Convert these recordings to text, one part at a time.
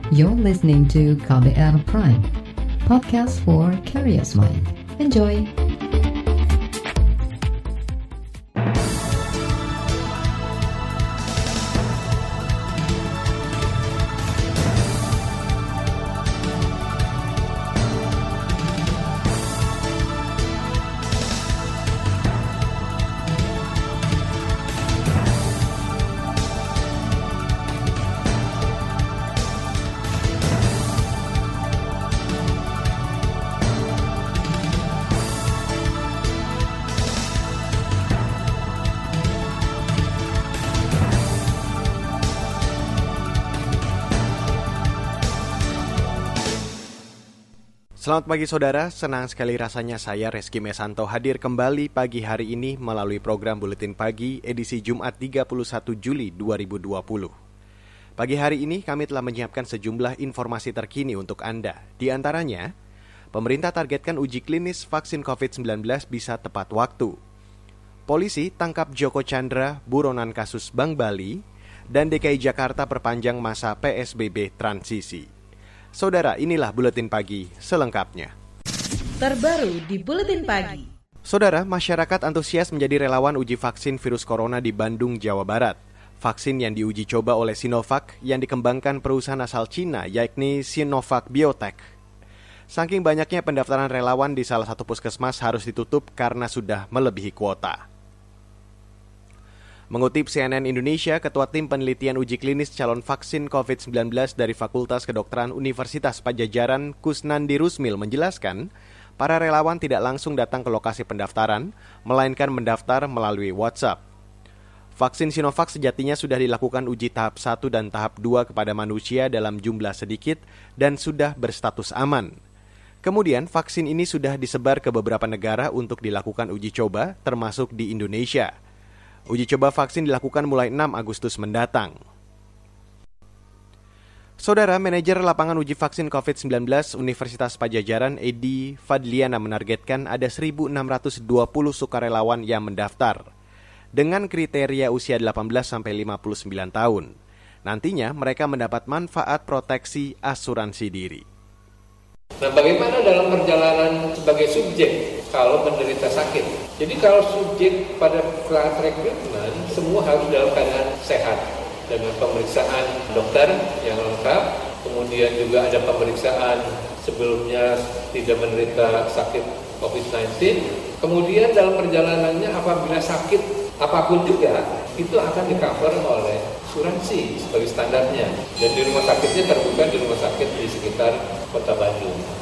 You're listening to KBR Prime, podcast for curious mind. Enjoy! Selamat pagi saudara, senang sekali rasanya saya Reski Mesanto hadir kembali pagi hari ini melalui program Buletin Pagi edisi Jumat 31 Juli 2020. Pagi hari ini kami telah menyiapkan sejumlah informasi terkini untuk Anda. Di antaranya, pemerintah targetkan uji klinis vaksin COVID-19 bisa tepat waktu. Polisi tangkap Joko Chandra, buronan kasus Bank Bali, dan DKI Jakarta perpanjang masa PSBB transisi. Saudara, inilah Buletin Pagi selengkapnya. Terbaru di Buletin Pagi. Saudara, masyarakat antusias menjadi relawan uji vaksin virus corona di Bandung, Jawa Barat. Vaksin yang diuji coba oleh Sinovac yang dikembangkan perusahaan asal Cina, yakni Sinovac Biotech. Saking banyaknya pendaftaran relawan di salah satu puskesmas harus ditutup karena sudah melebihi kuota. Mengutip CNN Indonesia, Ketua Tim Penelitian Uji Klinis Calon Vaksin COVID-19 dari Fakultas Kedokteran Universitas Padjadjaran, Kusnandi Rusmil menjelaskan, para relawan tidak langsung datang ke lokasi pendaftaran, melainkan mendaftar melalui WhatsApp. Vaksin Sinovac sejatinya sudah dilakukan uji tahap 1 dan tahap 2 kepada manusia dalam jumlah sedikit dan sudah berstatus aman. Kemudian, vaksin ini sudah disebar ke beberapa negara untuk dilakukan uji coba, termasuk di Indonesia. Uji coba vaksin dilakukan mulai 6 Agustus mendatang. Saudara, manajer lapangan uji vaksin COVID-19 Universitas Padjadjaran, Edi Fadliana menargetkan ada 1.620 sukarelawan yang mendaftar dengan kriteria usia 18-59 tahun. Nantinya mereka mendapat manfaat proteksi asuransi diri. Nah, bagaimana dalam perjalanan sebagai subjek kalau menderita sakit? Jadi kalau subjek pada saat rekrutmen, semua harus dalam keadaan sehat dengan pemeriksaan dokter yang lengkap, kemudian juga ada pemeriksaan sebelumnya tidak menderita sakit COVID-19. Kemudian dalam perjalanannya apabila sakit apapun juga, itu akan di-cover oleh asuransi sebagai standarnya. Dan di rumah sakitnya terbuka di rumah sakit di sekitar Kota Bandung.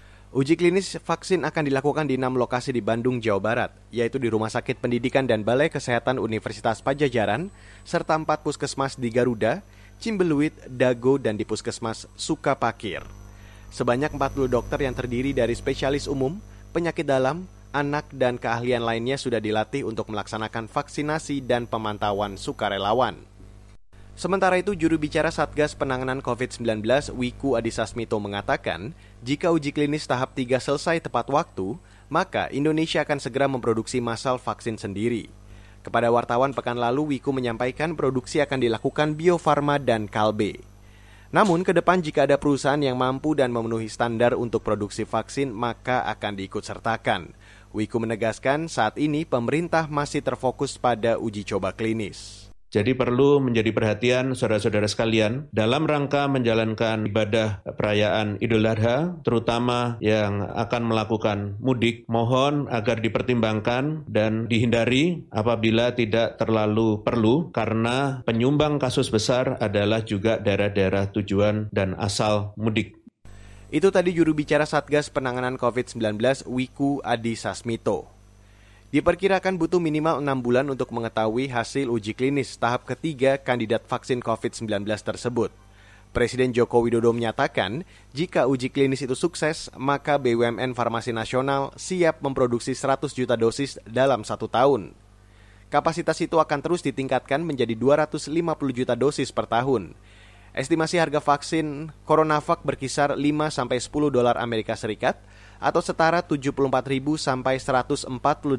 Uji klinis vaksin akan dilakukan di 6 lokasi di Bandung, Jawa Barat, yaitu di Rumah Sakit Pendidikan dan Balai Kesehatan Universitas Padjadjaran, serta 4 puskesmas di Garuda, Cimbeluit, Dago, dan di Puskesmas Sukapakir. Sebanyak 40 dokter yang terdiri dari spesialis umum, penyakit dalam, anak, dan keahlian lainnya sudah dilatih untuk melaksanakan vaksinasi dan pemantauan sukarelawan. Sementara itu, juru bicara Satgas Penanganan COVID-19, Wiku Adhisa Smito mengatakan, jika uji klinis tahap 3 selesai tepat waktu, maka Indonesia akan segera memproduksi massal vaksin sendiri. Kepada wartawan pekan lalu, Wiku menyampaikan produksi akan dilakukan Bio Farma dan Kalbe. Namun, ke depan jika ada perusahaan yang mampu dan memenuhi standar untuk produksi vaksin, maka akan diikutsertakan. Wiku menegaskan saat ini pemerintah masih terfokus pada uji coba klinis. Jadi perlu menjadi perhatian saudara-saudara sekalian dalam rangka menjalankan ibadah perayaan Idul Adha, terutama yang akan melakukan mudik, mohon agar dipertimbangkan dan dihindari apabila tidak terlalu perlu karena penyumbang kasus besar adalah juga daerah-daerah tujuan dan asal mudik. Itu tadi juru bicara Satgas Penanganan COVID-19 Wiku Adhisa Smito. Diperkirakan butuh minimal 6 bulan untuk mengetahui hasil uji klinis tahap ketiga kandidat vaksin COVID-19 tersebut. Presiden Joko Widodo menyatakan, jika uji klinis itu sukses, maka BUMN Farmasi Nasional siap memproduksi 100 juta dosis dalam 1 tahun. Kapasitas itu akan terus ditingkatkan menjadi 250 juta dosis per tahun. Estimasi harga vaksin CoronaVac berkisar 5-10 dolar Amerika Serikat atau setara 74.000 sampai 148.000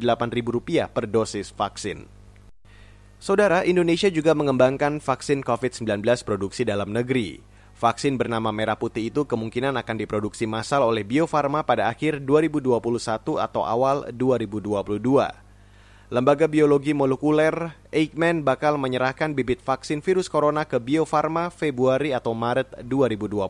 rupiah per dosis vaksin. Saudara, Indonesia juga mengembangkan vaksin COVID-19 produksi dalam negeri. Vaksin bernama merah putih itu kemungkinan akan diproduksi massal oleh Bio Farma pada akhir 2021 atau awal 2022. Lembaga Biologi Molekuler Eijkman bakal menyerahkan bibit vaksin virus corona ke Bio Farma Februari atau Maret 2021.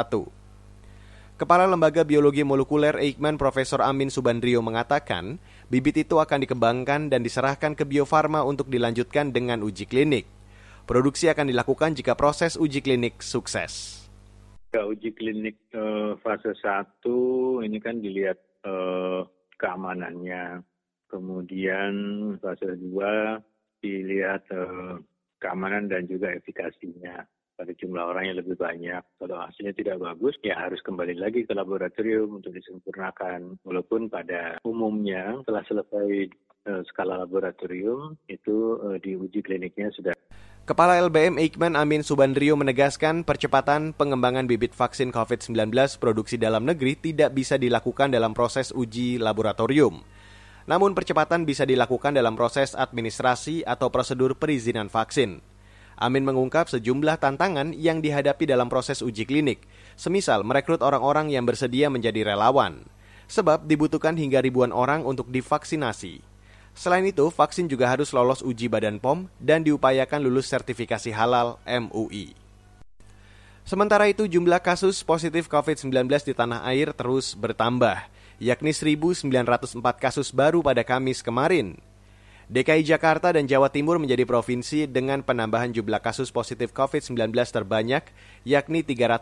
Kepala Lembaga Biologi Molekuler Eijkman Profesor Amin Subandrio mengatakan, bibit itu akan dikembangkan dan diserahkan ke Bio Farma untuk dilanjutkan dengan uji klinik. Produksi akan dilakukan jika proses uji klinik sukses. Uji klinik fase 1 ini kan dilihat keamanannya. Kemudian fase 2 dilihat keamanan dan juga efikasinya. Pada jumlah orang yang lebih banyak. Kalau hasilnya tidak bagus, ya harus kembali lagi ke laboratorium untuk disempurnakan. Walaupun pada umumnya setelah selesai skala laboratorium, itu di uji kliniknya sudah. Kepala LBM Eijkman Amin Subandrio menegaskan percepatan pengembangan bibit vaksin COVID-19 produksi dalam negeri tidak bisa dilakukan dalam proses uji laboratorium. Namun percepatan bisa dilakukan dalam proses administrasi atau prosedur perizinan vaksin. Amin mengungkap sejumlah tantangan yang dihadapi dalam proses uji klinik, semisal merekrut orang-orang yang bersedia menjadi relawan, sebab dibutuhkan hingga ribuan orang untuk divaksinasi. Selain itu, vaksin juga harus lolos uji Badan POM dan diupayakan lulus sertifikasi halal MUI. Sementara itu, jumlah kasus positif COVID-19 di tanah air terus bertambah, yakni 1.904 kasus baru pada Kamis kemarin. DKI Jakarta dan Jawa Timur menjadi provinsi dengan penambahan jumlah kasus positif COVID-19 terbanyak, yakni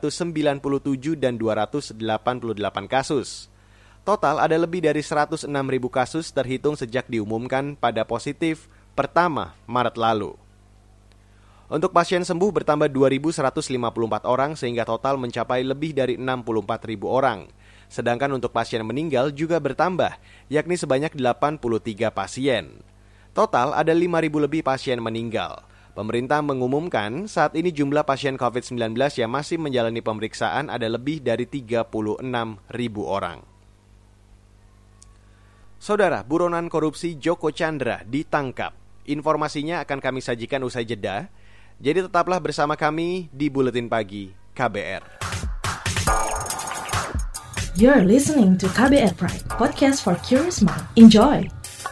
397 dan 288 kasus. Total ada lebih dari 106.000 kasus terhitung sejak diumumkan pada positif pertama Maret lalu. Untuk pasien sembuh bertambah 2.154 orang sehingga total mencapai lebih dari 64.000 orang. Sedangkan untuk pasien meninggal juga bertambah, yakni sebanyak 83 pasien. Total ada 5.000 lebih pasien meninggal. Pemerintah mengumumkan saat ini jumlah pasien COVID-19 yang masih menjalani pemeriksaan ada lebih dari 36.000 orang. Saudara, buronan korupsi Joko Chandra ditangkap. Informasinya akan kami sajikan usai jeda. Jadi tetaplah bersama kami di Buletin Pagi KBR. You're listening to KBR Pride, podcast for curious mind. Enjoy!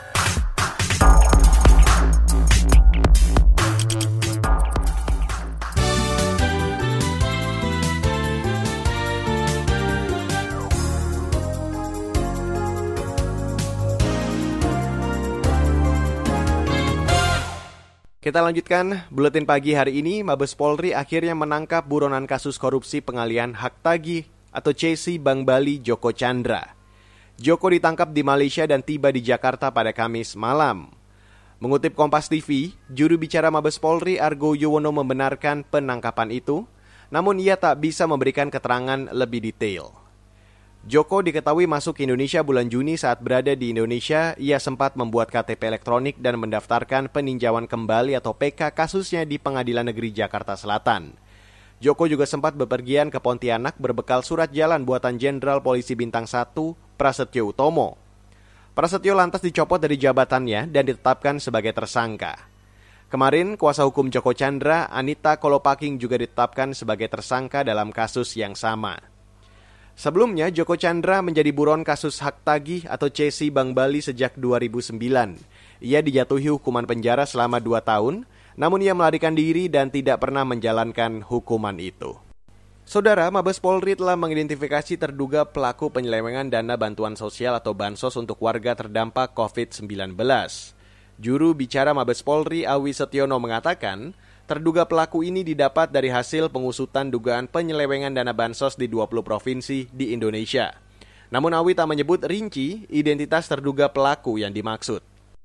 Kita lanjutkan Buletin Pagi hari ini. Mabes Polri akhirnya menangkap buronan kasus korupsi pengalihan hak tagih atau CC Bank Bali Joko Chandra. Joko ditangkap di Malaysia dan tiba di Jakarta pada Kamis malam. Mengutip Kompas TV, juru bicara Mabes Polri Argo Yuwono membenarkan penangkapan itu, namun ia tak bisa memberikan keterangan lebih detail. Joko diketahui masuk ke Indonesia bulan Juni. Saat berada di Indonesia, ia sempat membuat KTP elektronik dan mendaftarkan peninjauan kembali atau PK kasusnya di Pengadilan Negeri Jakarta Selatan. Joko juga sempat bepergian ke Pontianak berbekal surat jalan buatan Jenderal Polisi Bintang 1 Prasetyo Utomo. Prasetyo lantas dicopot dari jabatannya dan ditetapkan sebagai tersangka. Kemarin, kuasa hukum Joko Chandra, Anita Kolopaking juga ditetapkan sebagai tersangka dalam kasus yang sama. Sebelumnya, Joko Chandra menjadi buron kasus hak tagih atau CC Bank Bali sejak 2009. Ia dijatuhi hukuman penjara selama 2 tahun, namun ia melarikan diri dan tidak pernah menjalankan hukuman itu. Saudara, Mabes Polri telah mengidentifikasi terduga pelaku penyelewengan dana bantuan sosial atau bansos untuk warga terdampak COVID-19. Juru bicara Mabes Polri Awi Setiono mengatakan, terduga pelaku ini didapat dari hasil pengusutan dugaan penyelewengan dana bansos di 20 provinsi di Indonesia. Namun Awi tak menyebut rinci identitas terduga pelaku yang dimaksud.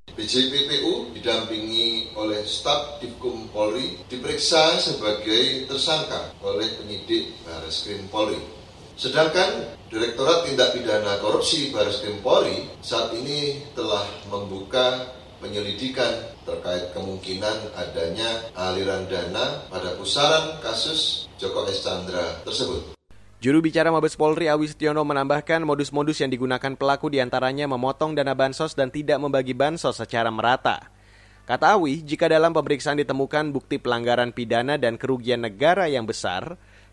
BJPPU didampingi oleh staf Divkum Polri diperiksa sebagai tersangka oleh penyidik Barreskrim Polri. Sedangkan Direktorat Tindak Pidana Korupsi Barreskrim Polri saat ini telah membuka penyelidikan terkait kemungkinan adanya aliran dana pada pusaran kasus Joko S. Chandra tersebut. Juru bicara Mabes Polri Awi Setiono menambahkan modus-modus yang digunakan pelaku diantaranya memotong dana bansos dan tidak membagi bansos secara merata. Kata Awi, jika dalam pemeriksaan ditemukan bukti pelanggaran pidana dan kerugian negara yang besar,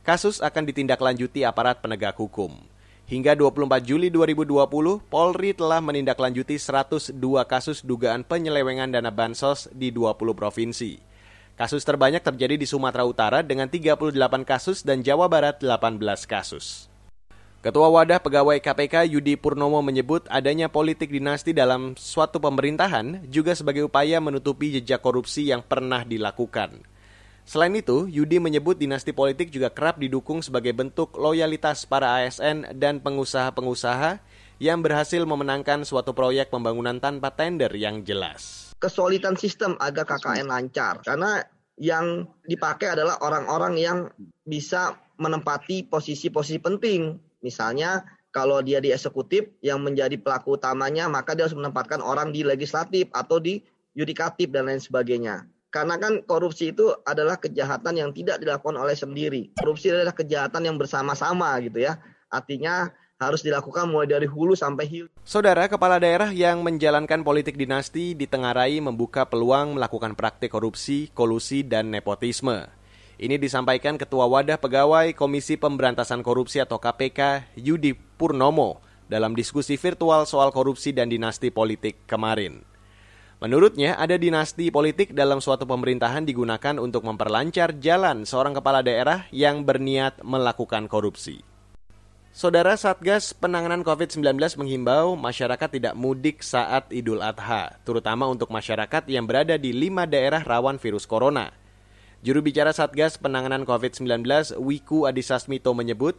kasus akan ditindaklanjuti aparat penegak hukum. Hingga 24 Juli 2020, Polri telah menindaklanjuti 102 kasus dugaan penyelewengan dana bansos di 20 provinsi. Kasus terbanyak terjadi di Sumatera Utara dengan 38 kasus dan Jawa Barat 18 kasus. Ketua Wadah Pegawai KPK Yudi Purnomo menyebut adanya politik dinasti dalam suatu pemerintahan juga sebagai upaya menutupi jejak korupsi yang pernah dilakukan. Selain itu, Yudi menyebut dinasti politik juga kerap didukung sebagai bentuk loyalitas para ASN dan pengusaha-pengusaha yang berhasil memenangkan suatu proyek pembangunan tanpa tender yang jelas. Kesulitan sistem agar KKN lancar, karena yang dipakai adalah orang-orang yang bisa menempati posisi-posisi penting. Misalnya, kalau dia di eksekutif yang menjadi pelaku utamanya, maka dia harus menempatkan orang di legislatif atau di yudikatif dan lain sebagainya. Karena kan korupsi itu adalah kejahatan yang tidak dilakukan oleh sendiri. Korupsi adalah kejahatan yang bersama-sama gitu ya. Artinya harus dilakukan mulai dari hulu sampai hilir. Saudara, kepala daerah yang menjalankan politik dinasti ditengarai membuka peluang melakukan praktik korupsi, kolusi, dan nepotisme. Ini disampaikan Ketua Wadah Pegawai Komisi Pemberantasan Korupsi atau KPK Yudi Purnomo dalam diskusi virtual soal korupsi dan dinasti politik kemarin. Menurutnya, ada dinasti politik dalam suatu pemerintahan digunakan untuk memperlancar jalan seorang kepala daerah yang berniat melakukan korupsi. Saudara, Satgas Penanganan COVID-19 menghimbau masyarakat tidak mudik saat Idul Adha, terutama untuk masyarakat yang berada di 5 daerah rawan virus corona. Juru bicara Satgas Penanganan COVID-19, Wiku Adhisasmito menyebut,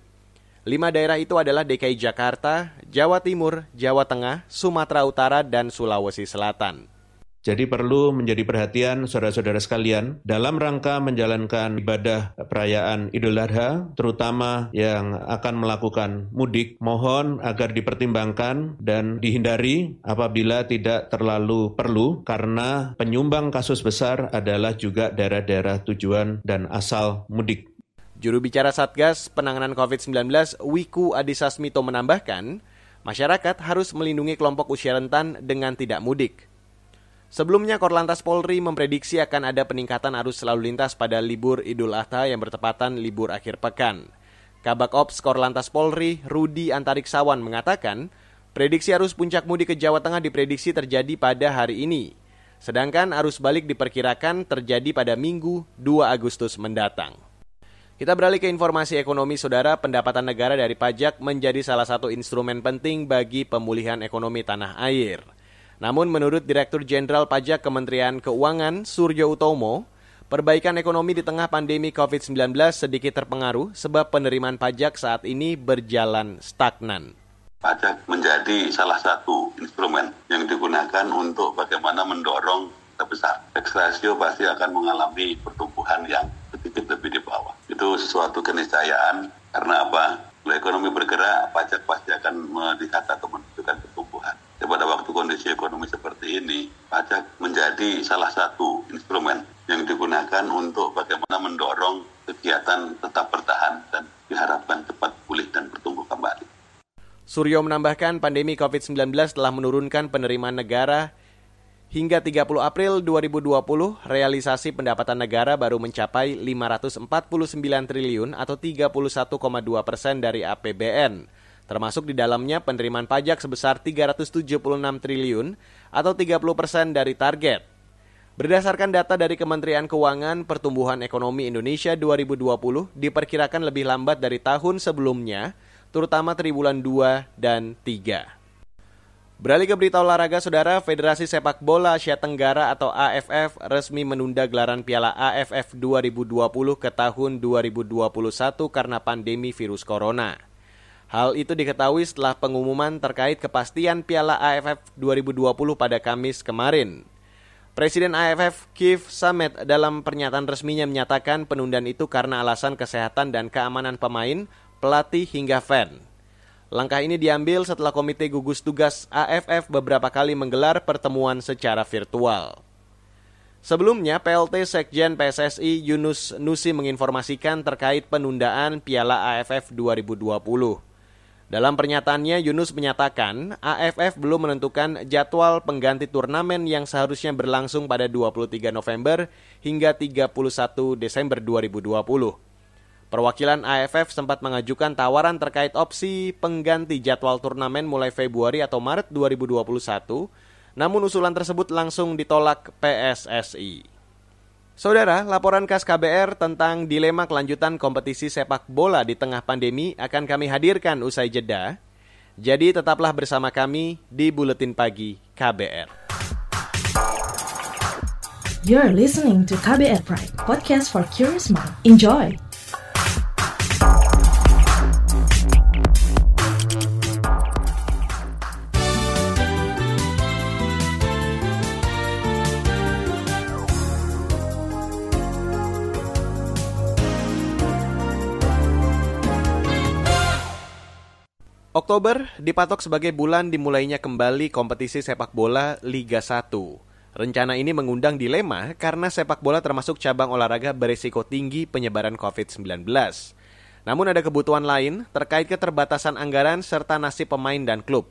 5 daerah itu adalah DKI Jakarta, Jawa Timur, Jawa Tengah, Sumatera Utara, dan Sulawesi Selatan. Jadi perlu menjadi perhatian saudara-saudara sekalian dalam rangka menjalankan ibadah perayaan Idul Adha, terutama yang akan melakukan mudik, mohon agar dipertimbangkan dan dihindari apabila tidak terlalu perlu karena penyumbang kasus besar adalah juga daerah-daerah tujuan dan asal mudik. Juru bicara Satgas Penanganan COVID-19 Wiku Adhisasmito menambahkan, masyarakat harus melindungi kelompok usia rentan dengan tidak mudik. Sebelumnya, Korlantas Polri memprediksi akan ada peningkatan arus lalu lintas pada libur Idul Adha yang bertepatan libur akhir pekan. Kabak Ops Korlantas Polri, Rudi Antariksawan mengatakan, prediksi arus puncak mudik ke Jawa Tengah diprediksi terjadi pada hari ini. Sedangkan arus balik diperkirakan terjadi pada Minggu 2 Agustus mendatang. Kita beralih ke informasi ekonomi, saudara. Pendapatan negara dari pajak menjadi salah satu instrumen penting bagi pemulihan ekonomi tanah air. Namun menurut Direktur Jenderal Pajak Kementerian Keuangan, Suryo Utomo, perbaikan ekonomi di tengah pandemi COVID-19 sedikit terpengaruh sebab penerimaan pajak saat ini berjalan stagnan. Pajak menjadi salah satu instrumen yang digunakan untuk bagaimana mendorong besar. Tax ratio pasti akan mengalami pertumbuhan yang sedikit lebih di bawah. Itu sesuatu keniscayaan karena apa? Kalau ekonomi bergerak, pajak pasti akan melihat atau menunjukkan pertumbuhan. Pada waktu kondisi ekonomi seperti ini, pajak menjadi salah satu instrumen yang digunakan untuk bagaimana mendorong kegiatan tetap bertahan dan diharapkan cepat pulih dan bertumbuh kembali. Suryo menambahkan pandemi COVID-19 telah menurunkan penerimaan negara. Hingga 30 April 2020, realisasi pendapatan negara baru mencapai 549 triliun atau 31,2% dari APBN. Termasuk di dalamnya penerimaan pajak sebesar 376 triliun atau 30% dari target. Berdasarkan data dari Kementerian Keuangan, pertumbuhan ekonomi Indonesia 2020 diperkirakan lebih lambat dari tahun sebelumnya, terutama triwulan 2 dan 3. Beralih ke berita olahraga, saudara. Federasi Sepak Bola Asia Tenggara atau AFF resmi menunda gelaran Piala AFF 2020 ke tahun 2021 karena pandemi virus corona. Hal itu diketahui setelah pengumuman terkait kepastian Piala AFF 2020 pada Kamis kemarin. Presiden AFF Keith Samet dalam pernyataan resminya menyatakan penundaan itu karena alasan kesehatan dan keamanan pemain, pelatih hingga fan. Langkah ini diambil setelah Komite Gugus Tugas AFF beberapa kali menggelar pertemuan secara virtual. Sebelumnya, PLT Sekjen PSSI Yunus Nusi menginformasikan terkait penundaan Piala AFF 2020. Dalam pernyataannya, Yunus menyatakan AFF belum menentukan jadwal pengganti turnamen yang seharusnya berlangsung pada 23 November hingga 31 Desember 2020. Perwakilan AFF sempat mengajukan tawaran terkait opsi pengganti jadwal turnamen mulai Februari atau Maret 2021, namun usulan tersebut langsung ditolak PSSI. Saudara, laporan khas KBR tentang dilema kelanjutan kompetisi sepak bola di tengah pandemi akan kami hadirkan usai jeda. Jadi tetaplah bersama kami di Buletin Pagi KBR. You're listening to KBR Pride, podcast for curious mind. Enjoy! Oktober dipatok sebagai bulan dimulainya kembali kompetisi sepak bola Liga 1. Rencana ini mengundang dilema karena sepak bola termasuk cabang olahraga berisiko tinggi penyebaran COVID-19. Namun ada kebutuhan lain terkait keterbatasan anggaran serta nasib pemain dan klub.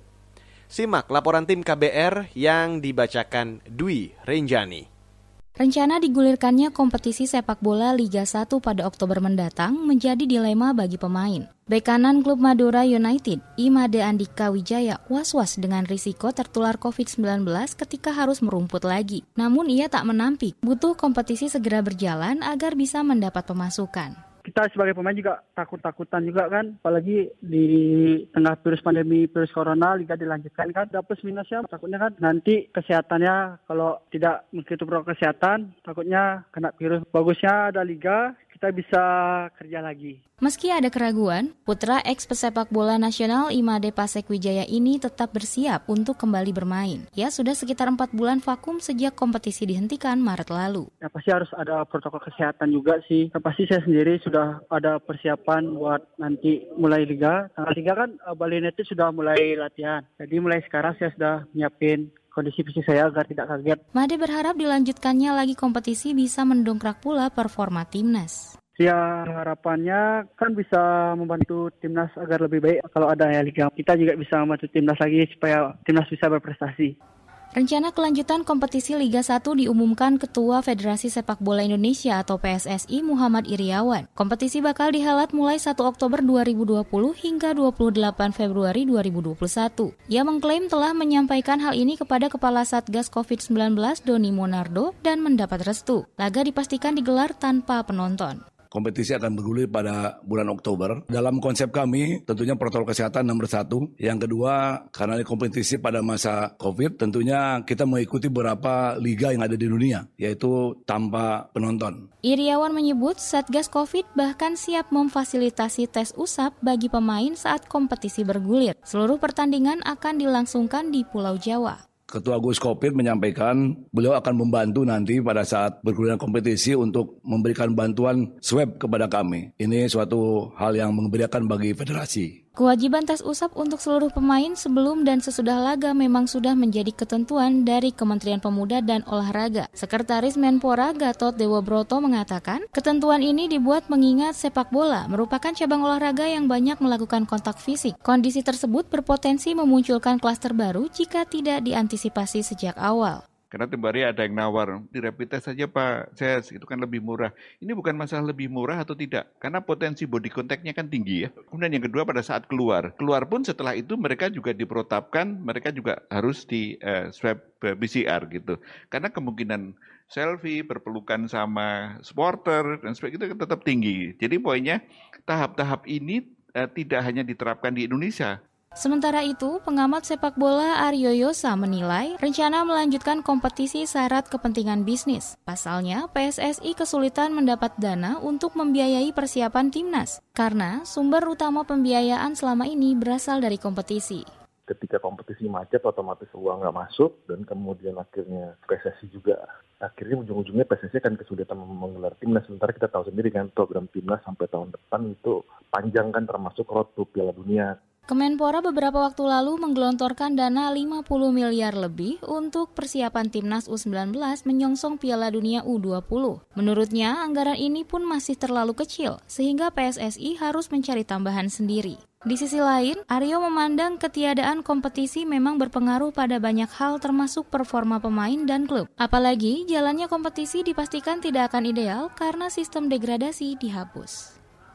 Simak laporan tim KBR yang dibacakan Dwi Renjani. Rencana digulirkannya kompetisi sepak bola Liga 1 pada Oktober mendatang menjadi dilema bagi pemain. Bek kanan klub Madura United, Imade Andika Wijaya, was-was dengan risiko tertular COVID-19 ketika harus merumput lagi. Namun ia tak menampik, butuh kompetisi segera berjalan agar bisa mendapat pemasukan. Kita sebagai pemain juga takut-takutan juga kan, apalagi di tengah virus pandemi, virus corona, liga dilanjutkan kan, ada plus minusnya, takutnya kan nanti kesehatannya kalau tidak mengikuti protokol kesehatan, takutnya kena virus. Bagusnya ada liga, kita bisa kerja lagi. Meski ada keraguan, putra ex-pesepak bola nasional Imade Pasek Wijaya ini tetap bersiap untuk kembali bermain. Ya sudah sekitar 4 bulan vakum sejak kompetisi dihentikan Maret lalu. Ya pasti harus ada protokol kesehatan juga sih. Ya, pasti saya sendiri sudah ada persiapan buat nanti mulai liga. Tanggal 3 kan Bali United sudah mulai latihan. Jadi mulai sekarang saya sudah nyiapin kondisi fisik saya agar tidak kaget. Made berharap dilanjutkannya lagi kompetisi bisa mendongkrak pula performa timnas. Ya harapannya kan bisa membantu timnas agar lebih baik kalau ada liga. Kita juga bisa membantu timnas lagi supaya timnas bisa berprestasi. Rencana kelanjutan kompetisi Liga 1 diumumkan Ketua Federasi Sepak Bola Indonesia atau PSSI Muhammad Iriawan. Kompetisi bakal dihelat mulai 1 Oktober 2020 hingga 28 Februari 2021. Ia mengklaim telah menyampaikan hal ini kepada Kepala Satgas COVID-19 Doni Monardo dan mendapat restu. Laga dipastikan digelar tanpa penonton. Kompetisi akan bergulir pada bulan Oktober. Dalam konsep kami, tentunya protokol kesehatan nomor 1. Yang kedua, karena ini kompetisi pada masa COVID, tentunya kita mengikuti beberapa liga yang ada di dunia, yaitu tanpa penonton. Iriawan menyebut Satgas COVID bahkan siap memfasilitasi tes usap bagi pemain saat kompetisi bergulir. Seluruh pertandingan akan dilangsungkan di Pulau Jawa. Ketua Gus Kopit menyampaikan beliau akan membantu nanti pada saat bergulirnya kompetisi untuk memberikan bantuan swab kepada kami. Ini suatu hal yang mengembirakan bagi federasi. Kewajiban tes usap untuk seluruh pemain sebelum dan sesudah laga memang sudah menjadi ketentuan dari Kementerian Pemuda dan Olahraga. Sekretaris Menpora Gatot Dewobroto mengatakan, ketentuan ini dibuat mengingat sepak bola merupakan cabang olahraga yang banyak melakukan kontak fisik. Kondisi tersebut berpotensi memunculkan klaster baru jika tidak diantisipasi sejak awal. Karena tempo hari ada yang nawar, di rapid test saja Pak, itu kan lebih murah. Ini bukan masalah lebih murah atau tidak, karena potensi body contact-nya kan tinggi ya. Kemudian yang kedua pada saat keluar pun setelah itu mereka juga diprotapkan, mereka juga harus di swab PCR gitu. Karena kemungkinan selfie, berpelukan sama supporter, dan sebagainya itu tetap tinggi. Jadi poinnya tahap-tahap ini tidak hanya diterapkan di Indonesia. Sementara itu, pengamat sepak bola Aryo Yosa menilai rencana melanjutkan kompetisi syarat kepentingan bisnis. Pasalnya, PSSI kesulitan mendapat dana untuk membiayai persiapan timnas, karena sumber utama pembiayaan selama ini berasal dari kompetisi. Ketika kompetisi macet, otomatis uang nggak masuk, dan kemudian akhirnya PSSI juga akhirnya ujung-ujungnya PSSI akan kesulitan menggelar timnas. Sementara kita tahu sendiri kan program timnas sampai tahun depan itu panjang kan, termasuk road to Piala Dunia. Kemenpora beberapa waktu lalu menggelontorkan dana 50 miliar lebih untuk persiapan timnas U19 menyongsong Piala Dunia U20. Menurutnya, anggaran ini pun masih terlalu kecil, sehingga PSSI harus mencari tambahan sendiri. Di sisi lain, Aryo memandang ketiadaan kompetisi memang berpengaruh pada banyak hal termasuk performa pemain dan klub. Apalagi, jalannya kompetisi dipastikan tidak akan ideal karena sistem degradasi dihapus.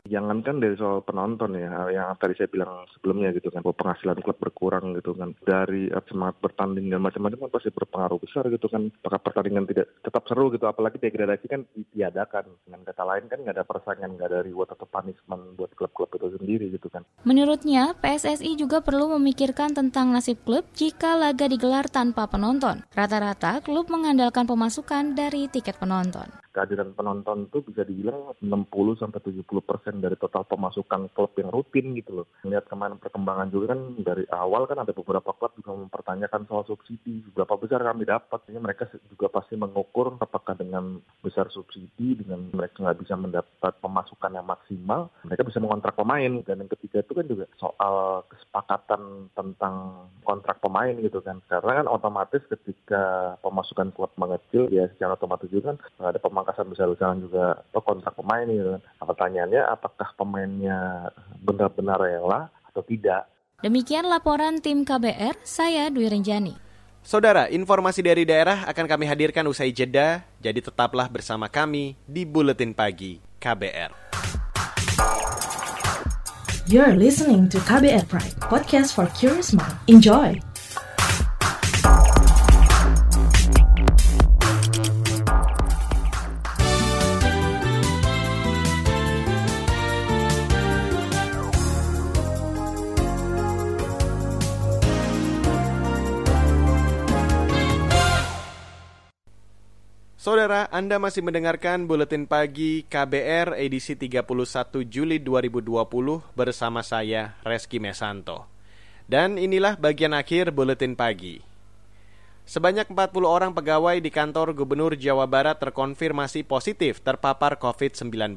Jangankan dari soal penonton ya, yang tadi saya bilang sebelumnya gitu kan, bahwa penghasilan klub berkurang gitu kan, dari semangat bertanding dan macam-macam kan pasti berpengaruh besar gitu kan. Apakah pertandingan tidak tetap seru gitu, apalagi degradasi kan ditiadakan. Dengan kata lain kan nggak ada persaingan, nggak ada reward atau punishment buat klub-klub itu sendiri gitu kan. Menurutnya, PSSI juga perlu memikirkan tentang nasib klub jika laga digelar tanpa penonton. Rata-rata klub mengandalkan pemasukan dari tiket penonton. Kehadiran penonton itu bisa dibilang 60-70% dari total pemasukan klub yang rutin gitu loh. Lihat kemarin perkembangan juga kan dari awal kan ada beberapa klub juga mempertanyakan soal subsidi, berapa besar kami dapat. Jadi mereka juga pasti mengukur apakah dengan besar subsidi, dengan mereka nggak bisa mendapat pemasukan yang maksimal, mereka bisa mengontrak pemain. Dan yang ketiga itu kan juga soal kesepakatan tentang kontrak pemain gitu kan. Karena kan otomatis ketika pemasukan klub mengecil, ya secara otomatis juga kan ada pemangkasan besar-besaran juga atau kontrak pemain gitu kan. Nah, pertanyaannya apakah pemainnya benar-benar rela atau tidak? Demikian laporan tim KBR, saya Dwi Renjani. Saudara, informasi dari daerah akan kami hadirkan usai jeda, jadi tetaplah bersama kami di Buletin Pagi KBR. You're listening to KBR Pride, podcast for curious mind. Enjoy! Saudara, Anda masih mendengarkan Buletin Pagi KBR edisi 31 Juli 2020 bersama saya, Reski Mesanto. Dan inilah bagian akhir Buletin Pagi. Sebanyak 40 orang pegawai di kantor Gubernur Jawa Barat terkonfirmasi positif terpapar COVID-19.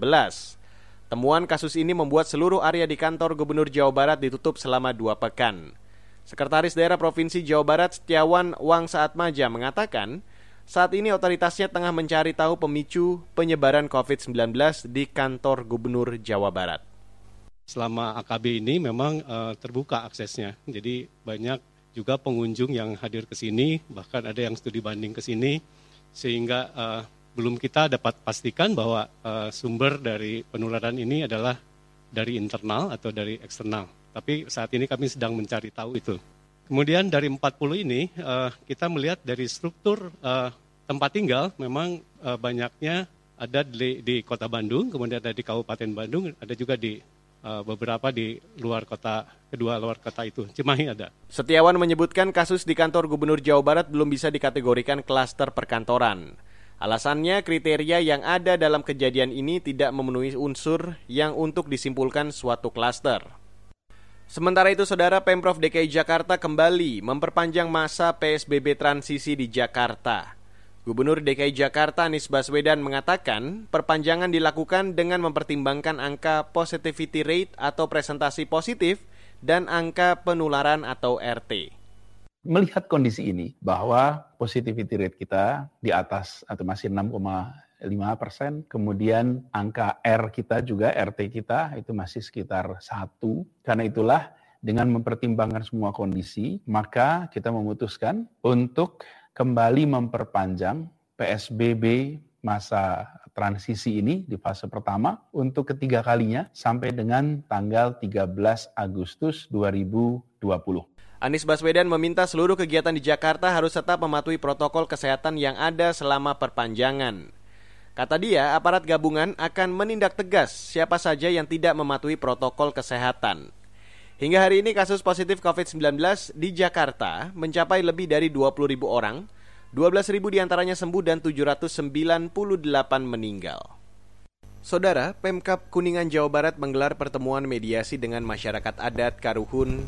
Temuan kasus ini membuat seluruh area di kantor Gubernur Jawa Barat ditutup selama 2 pekan. Sekretaris Daerah Provinsi Jawa Barat Setiawan Wangsaatmaja mengatakan, saat ini otoritasnya tengah mencari tahu pemicu penyebaran COVID-19 di kantor Gubernur Jawa Barat. Selama AKB ini memang terbuka aksesnya, jadi banyak juga pengunjung yang hadir ke sini, bahkan ada yang studi banding ke sini, sehingga belum kita dapat pastikan bahwa sumber dari penularan ini adalah dari internal atau dari eksternal. Tapi saat ini kami sedang mencari tahu itu. Kemudian dari 40 ini kita melihat dari struktur tempat tinggal memang banyaknya ada di Kota Bandung, kemudian ada di Kabupaten Bandung, ada juga di beberapa di luar kota, kedua luar kota itu, Cimahi ada. Setiawan menyebutkan kasus di kantor Gubernur Jawa Barat belum bisa dikategorikan klaster perkantoran. Alasannya kriteria yang ada dalam kejadian ini tidak memenuhi unsur yang untuk disimpulkan suatu klaster. Sementara itu, Saudara, Pemprov DKI Jakarta kembali memperpanjang masa PSBB transisi di Jakarta. Gubernur DKI Jakarta Anies Baswedan mengatakan perpanjangan dilakukan dengan mempertimbangkan angka positivity rate atau presentasi positif dan angka penularan atau RT. Melihat kondisi ini bahwa positivity rate kita di atas atau masih 6,5%, kemudian angka R kita juga, RT kita itu masih sekitar 1. Karena itulah dengan mempertimbangkan semua kondisi, maka kita memutuskan untuk kembali memperpanjang PSBB masa transisi ini di fase pertama untuk ketiga kalinya sampai dengan tanggal 13 Agustus 2020. Anies Baswedan meminta seluruh kegiatan di Jakarta harus tetap mematuhi protokol kesehatan yang ada selama perpanjangan. Kata dia, aparat gabungan akan menindak tegas siapa saja yang tidak mematuhi protokol kesehatan. Hingga hari ini kasus positif COVID-19 di Jakarta mencapai lebih dari 20.000 orang, 12.000 diantaranya sembuh dan 798 meninggal. Saudara, Pemkab Kuningan Jawa Barat menggelar pertemuan mediasi dengan masyarakat adat Karuhun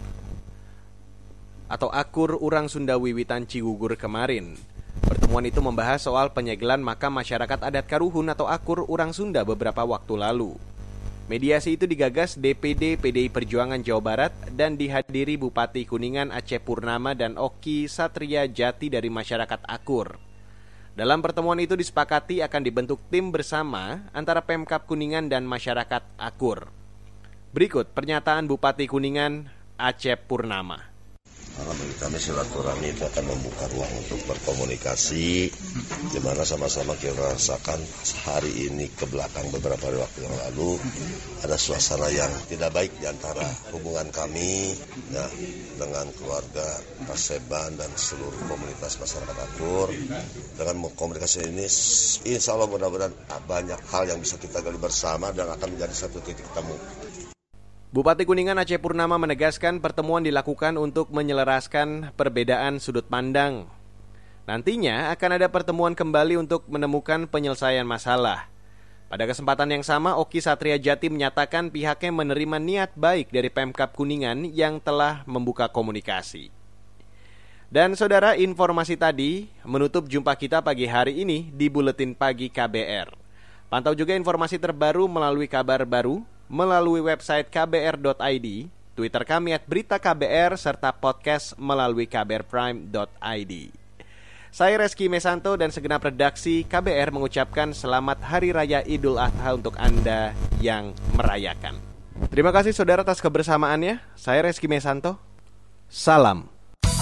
atau Akur Urang Sunda Wiwitan Cigugur kemarin. Pertemuan itu membahas soal penyegelan makam masyarakat adat Karuhun atau Akur Urang Sunda beberapa waktu lalu. Mediasi itu digagas DPD PDI Perjuangan Jawa Barat dan dihadiri Bupati Kuningan Aceh Purnama dan Oki Satria Jati dari masyarakat Akur. Dalam pertemuan itu disepakati akan dibentuk tim bersama antara Pemkab Kuningan dan masyarakat Akur. Berikut pernyataan Bupati Kuningan Aceh Purnama. Karena bagi kami silaturahmi itu akan membuka ruang untuk berkomunikasi, di mana sama-sama kita rasakan hari ini ke belakang beberapa waktu yang lalu ada suasana yang tidak baik di antara hubungan kami ya, dengan keluarga Paseban dan seluruh komunitas masyarakat Akur. Dengan komunikasi ini, insya Allah mudah-mudahan banyak hal yang bisa kita gali bersama dan akan menjadi satu titik temu. Bupati Kuningan Aceh Purnama menegaskan pertemuan dilakukan untuk menyelaraskan perbedaan sudut pandang. Nantinya akan ada pertemuan kembali untuk menemukan penyelesaian masalah. Pada kesempatan yang sama, Oki Satria Jati menyatakan pihaknya menerima niat baik dari Pemkab Kuningan yang telah membuka komunikasi. Dan saudara, informasi tadi menutup jumpa kita pagi hari ini di Buletin Pagi KBR. Pantau juga informasi terbaru melalui kabar baru, melalui website kbr.id, Twitter kami @beritaKBR, serta podcast melalui kbrprime.id. Saya Reski Mesanto dan segenap redaksi KBR mengucapkan selamat Hari Raya Idul Adha untuk Anda yang merayakan. Terima kasih saudara atas kebersamaannya. Saya Reski Mesanto. Salam.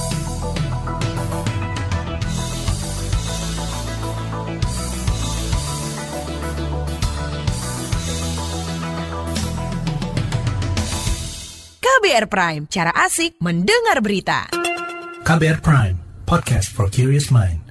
KBR Prime, cara asik mendengar berita. KBR Prime, podcast for curious mind.